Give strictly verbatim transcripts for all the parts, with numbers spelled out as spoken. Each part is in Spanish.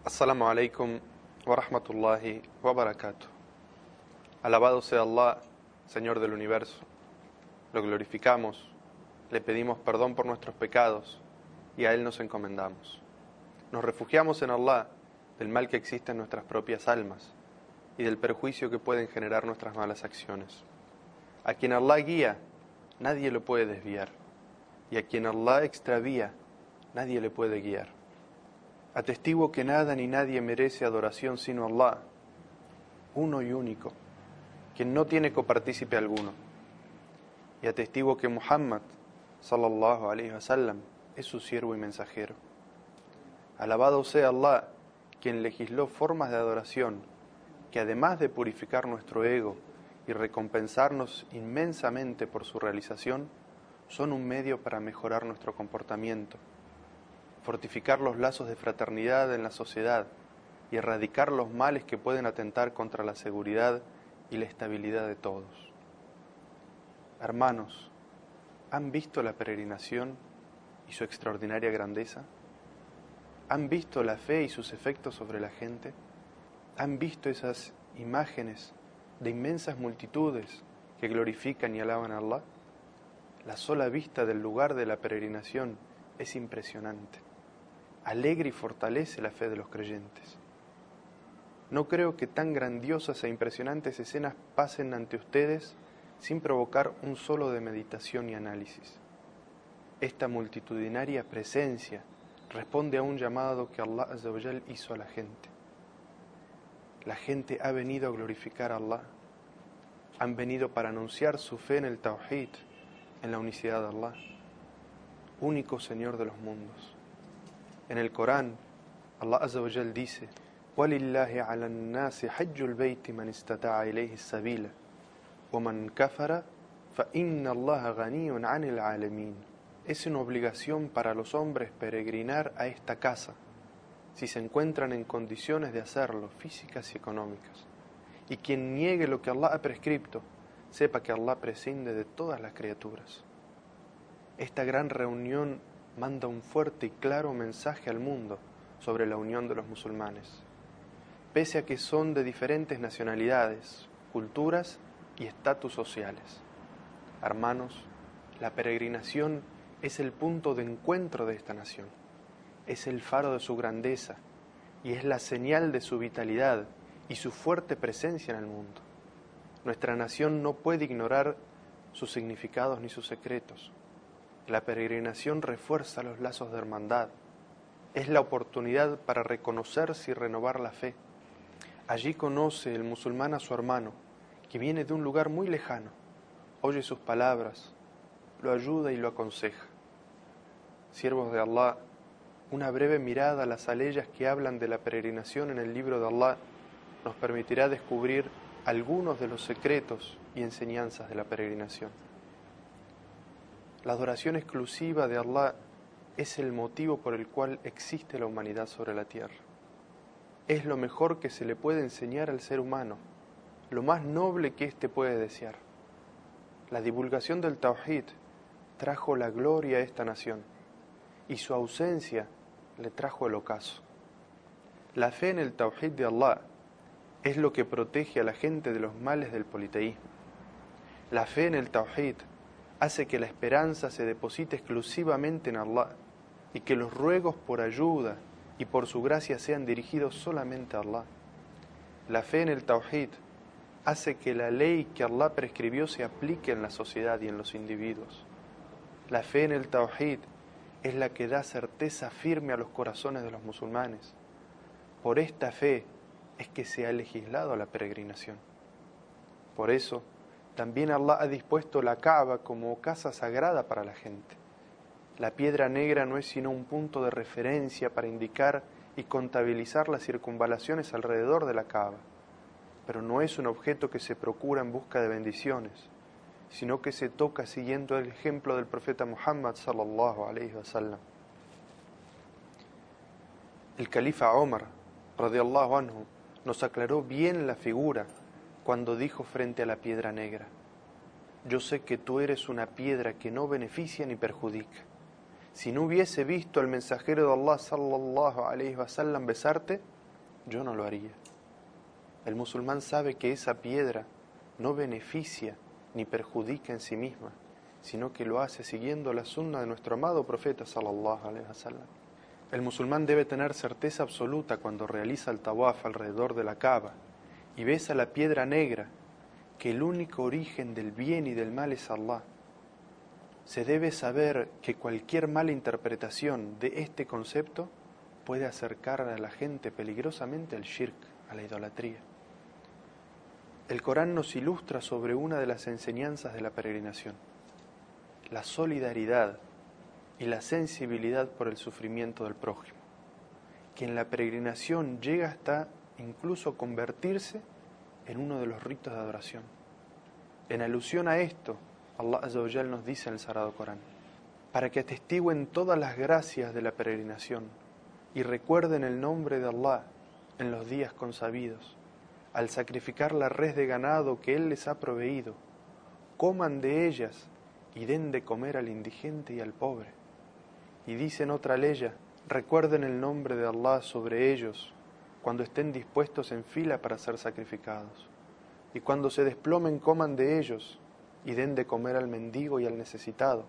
Assalamu alaikum wa rahmatullahi wa barakatuh. Alabado sea Allah, Señor del universo. Lo glorificamos, le pedimos perdón por nuestros pecados y a Él nos encomendamos. Nos refugiamos en Allah del mal que existe en nuestras propias almas y del perjuicio que pueden generar nuestras malas acciones. A quien Allah guía, nadie lo puede desviar, y a quien Allah extravía, nadie le puede guiar. Atestiguo que nada ni nadie merece adoración sino Allah, uno y único, quien no tiene copartícipe alguno. Y atestiguo que Muhammad, sallallahu alaihi wasallam, es su siervo y mensajero. Alabado sea Allah, quien legisló formas de adoración que, además de purificar nuestro ego y recompensarnos inmensamente por su realización, son un medio para mejorar nuestro comportamiento, fortificar los lazos de fraternidad en la sociedad y erradicar los males que pueden atentar contra la seguridad y la estabilidad de todos. Hermanos, ¿han visto la peregrinación y su extraordinaria grandeza? ¿Han visto la fe y sus efectos sobre la gente? ¿Han visto esas imágenes de inmensas multitudes que glorifican y alaban a Allah? La sola vista del lugar de la peregrinación es impresionante. Alegra y fortalece la fe de los creyentes. No creo que tan grandiosas e impresionantes escenas pasen ante ustedes sin provocar un solo de meditación y análisis. Esta multitudinaria presencia responde a un llamado que Allah Azza wa Jal hizo a la gente. La gente ha venido a glorificar a Allah. Han venido para anunciar su fe en el Tawhid, en la unicidad de Allah, único Señor de los mundos. En el Corán, Allah Azza wa Jal dice: وَلِلَّهِ عَلَى النَّاسِ حَجُّ الْبَيْتِ مَنِ اسْتَطَاعَ إِلَيْهِ السَّبِيلَ وَمَنْ كَفَرَ فَإِنَّ اللَّهَ غَنِيٌّ عَنِ الْعَالَمِينَ. Es una obligación para los hombres peregrinar a esta casa, si se encuentran en condiciones de hacerlo, físicas y económicas. Y quien niegue lo que Allah ha prescripto, sepa que Allah prescinde de todas las criaturas. Esta gran reunión manda un fuerte y claro mensaje al mundo sobre la unión de los musulmanes, pese a que son de diferentes nacionalidades, culturas y estatus sociales. Hermanos, la peregrinación es el punto de encuentro de esta nación, es el faro de su grandeza y es la señal de su vitalidad y su fuerte presencia en el mundo. Nuestra nación no puede ignorar sus significados ni sus secretos. La peregrinación refuerza los lazos de hermandad. Es la oportunidad para reconocerse y renovar la fe. Allí conoce el musulmán a su hermano, que viene de un lugar muy lejano. Oye sus palabras, lo ayuda y lo aconseja. Siervos de Allah, una breve mirada a las aleyas que hablan de la peregrinación en el libro de Allah nos permitirá descubrir algunos de los secretos y enseñanzas de la peregrinación. La adoración exclusiva de Allah es el motivo por el cual existe la humanidad sobre la tierra. Es lo mejor que se le puede enseñar al ser humano, lo más noble que éste puede desear. La divulgación del Tawhid trajo la gloria a esta nación y su ausencia le trajo el ocaso. La fe en el Tawhid de Allah es lo que protege a la gente de los males del politeísmo. La fe en el Tawhid hace que la esperanza se deposite exclusivamente en Allah y que los ruegos por ayuda y por su gracia sean dirigidos solamente a Allah. La fe en el Tawhid hace que la ley que Allah prescribió se aplique en la sociedad y en los individuos. La fe en el Tawhid es la que da certeza firme a los corazones de los musulmanes. Por esta fe es que se ha legislado la peregrinación. Por eso, también Allah ha dispuesto la Kaaba como casa sagrada para la gente. La piedra negra no es sino un punto de referencia para indicar y contabilizar las circunvalaciones alrededor de la Kaaba, pero no es un objeto que se procura en busca de bendiciones, sino que se toca siguiendo el ejemplo del profeta Muhammad sallallahu alaihi wasallam. El califa Omar, radiyallahu anhu, nos aclaró bien la figura cuando dijo frente a la piedra negra: yo sé que tú eres una piedra que no beneficia ni perjudica. Si no hubiese visto al mensajero de Allah sallallahu alaihi wasallam besarte, yo no lo haría. El musulmán sabe que esa piedra no beneficia ni perjudica en sí misma, sino que lo hace siguiendo la sunna de nuestro amado profeta sallallahu alaihi wasallam. El musulmán debe tener certeza absoluta cuando realiza el tawaf alrededor de la Kaaba y besa la piedra negra, que el único origen del bien y del mal es Allah. Se debe saber que cualquier mala interpretación de este concepto puede acercar a la gente peligrosamente al shirk, a la idolatría. El Corán nos ilustra sobre una de las enseñanzas de la peregrinación: la solidaridad y la sensibilidad por el sufrimiento del prójimo, que en la peregrinación llega hasta incluso convertirse en uno de los ritos de adoración. En alusión a esto, Allah Azza wa Jal nos dice en el Sagrado Corán: para que atestiguen todas las gracias de la peregrinación y recuerden el nombre de Allah en los días consabidos, al sacrificar la res de ganado que Él les ha proveído, coman de ellas y den de comer al indigente y al pobre. Y dice en otra ley: recuerden el nombre de Allah sobre ellos cuando estén dispuestos en fila para ser sacrificados, y cuando se desplomen coman de ellos y den de comer al mendigo y al necesitado.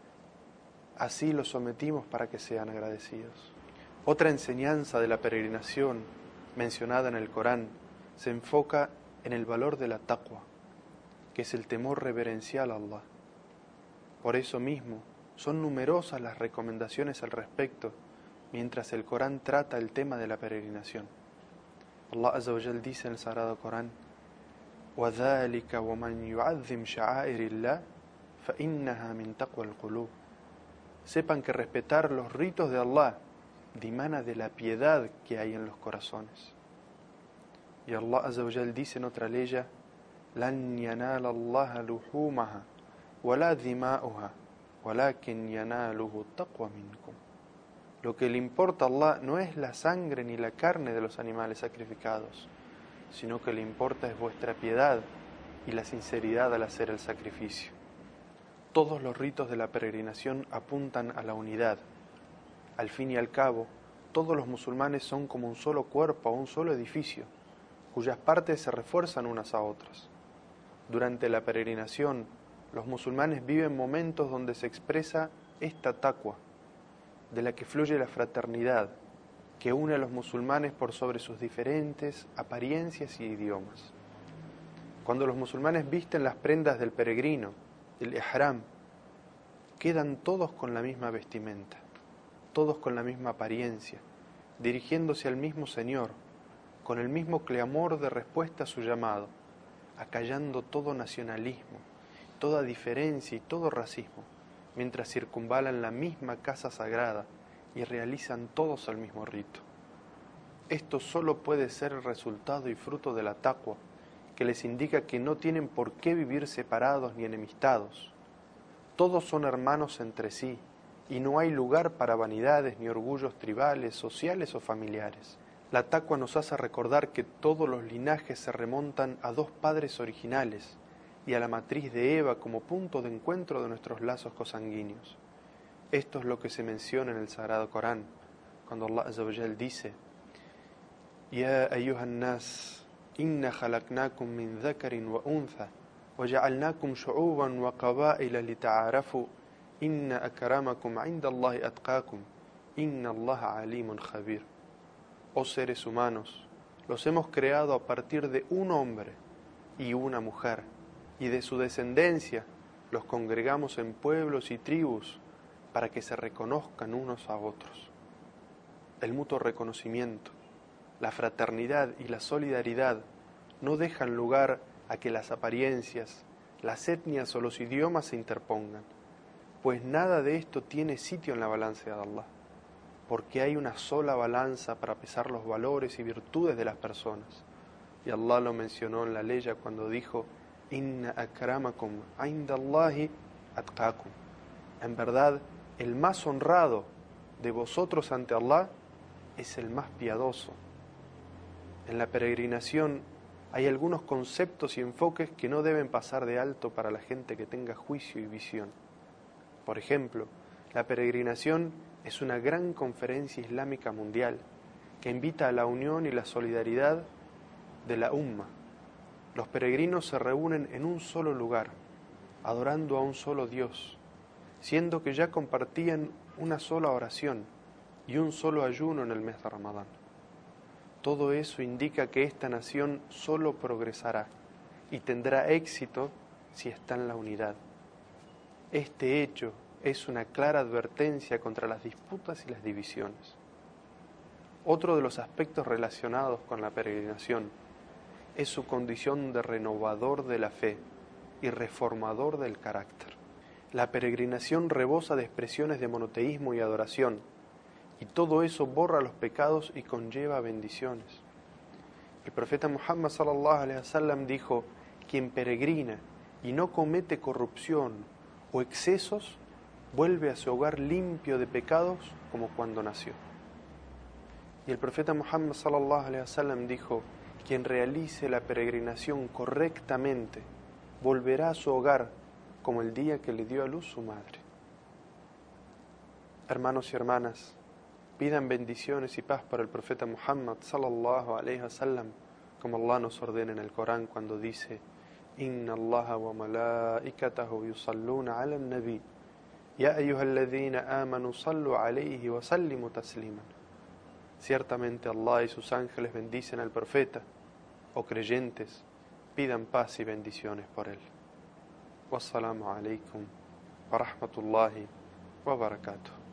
Así los sometimos para que sean agradecidos. Otra enseñanza de la peregrinación mencionada en el Corán se enfoca en el valor de la taqwa, que es el temor reverencial a Allah. Por eso mismo, son numerosas las recomendaciones al respecto, mientras el Corán trata el tema de la peregrinación. Allah Azza wa Jal dice en el Sagrado Corán: وَذَلِكَ وَمَنْ يُعَظِّمْ شَعَائِرِ اللَّهِ فَإِنَّهَا مِنْ تَقْوَى الْقُلُوبِ. Sepan que respetar los ritos de Allah dimana de la piedad que hay en los corazones. Y Allah Azza wa Jal dice en otra ley: لَنْ يَنَالَ اللَّهَ لُحُومَهَا وَلَا دِمَاؤُهَا وَلَكِنْ يَنَالُهُ التَّقْوَى مِنْكُمْ. Lo que le importa a Allah no es la sangre ni la carne de los animales sacrificados, sino que le importa es vuestra piedad y la sinceridad al hacer el sacrificio. Todos los ritos de la peregrinación apuntan a la unidad. Al fin y al cabo, todos los musulmanes son como un solo cuerpo o un solo edificio, cuyas partes se refuerzan unas a otras. Durante la peregrinación, los musulmanes viven momentos donde se expresa esta taqwa, de la que fluye la fraternidad, que une a los musulmanes por sobre sus diferentes apariencias y idiomas. Cuando los musulmanes visten las prendas del peregrino, el ihram, quedan todos con la misma vestimenta, todos con la misma apariencia, dirigiéndose al mismo Señor, con el mismo clamor de respuesta a su llamado, acallando todo nacionalismo, toda diferencia y todo racismo, mientras circunvalan la misma casa sagrada y realizan todos el mismo rito. Esto solo puede ser el resultado y fruto de la taqwa, que les indica que no tienen por qué vivir separados ni enemistados. Todos son hermanos entre sí, y no hay lugar para vanidades ni orgullos tribales, sociales o familiares. La taqwa nos hace recordar que todos los linajes se remontan a dos padres originales y a la matriz de Eva como punto de encuentro de nuestros lazos cosanguíneos. Esto es lo que se menciona en el Sagrado Corán, cuando Allah Azza wa Jal dice: Ya ayyuhan nas, inna khalaqnakum min dhakarin wa untha, wa ja'alnakum shu'uban wa qaba'ila lita'arafu, inna akramakum 'inda Allahi atqakum, inna Allaha alimun khabir. Oh seres humanos, los hemos creado a partir de un hombre y una mujer, y de su descendencia los congregamos en pueblos y tribus para que se reconozcan unos a otros. El mutuo reconocimiento, la fraternidad y la solidaridad no dejan lugar a que las apariencias, las etnias o los idiomas se interpongan, pues nada de esto tiene sitio en la balanza de Allah, porque hay una sola balanza para pesar los valores y virtudes de las personas. Y Allah lo mencionó en la ley cuando dijo: Inna akramakum 'inda Allahi atqakum. En verdad, el más honrado de vosotros ante Allah es el más piadoso. En la peregrinación hay algunos conceptos y enfoques que no deben pasar de alto para la gente que tenga juicio y visión. Por ejemplo, la peregrinación es una gran conferencia islámica mundial que invita a la unión y la solidaridad de la umma. Los peregrinos se reúnen en un solo lugar, adorando a un solo Dios, siendo que ya compartían una sola oración y un solo ayuno en el mes de Ramadán. Todo eso indica que esta nación solo progresará y tendrá éxito si está en la unidad. Este hecho es una clara advertencia contra las disputas y las divisiones. Otro de los aspectos relacionados con la peregrinación es su condición de renovador de la fe y reformador del carácter. La peregrinación rebosa de expresiones de monoteísmo y adoración, y todo eso borra los pecados y conlleva bendiciones. El profeta Muhammad sallallahu alaihi wasallam dijo: quien peregrina y no comete corrupción o excesos, vuelve a su hogar limpio de pecados como cuando nació. Y el profeta Muhammad sallallahu alaihi wasallam dijo: quien realice la peregrinación correctamente, volverá a su hogar como el día que le dio a luz su madre. Hermanos y hermanas, pidan bendiciones y paz para el profeta Muhammad sallallahu alaihi wasallam, como Allah nos ordena en el Corán cuando dice: Inna Allaha wa malaikatahu yusalluna ala nabi ya ayyuhalladhina amanu sallu alayhi wa sallimu tasliman. Ciertamente Allah y sus ángeles bendicen al profeta. Oh creyentes, pidan paz y bendiciones por él. Wassalamu alaikum wa rahmatullahi wa barakatuh.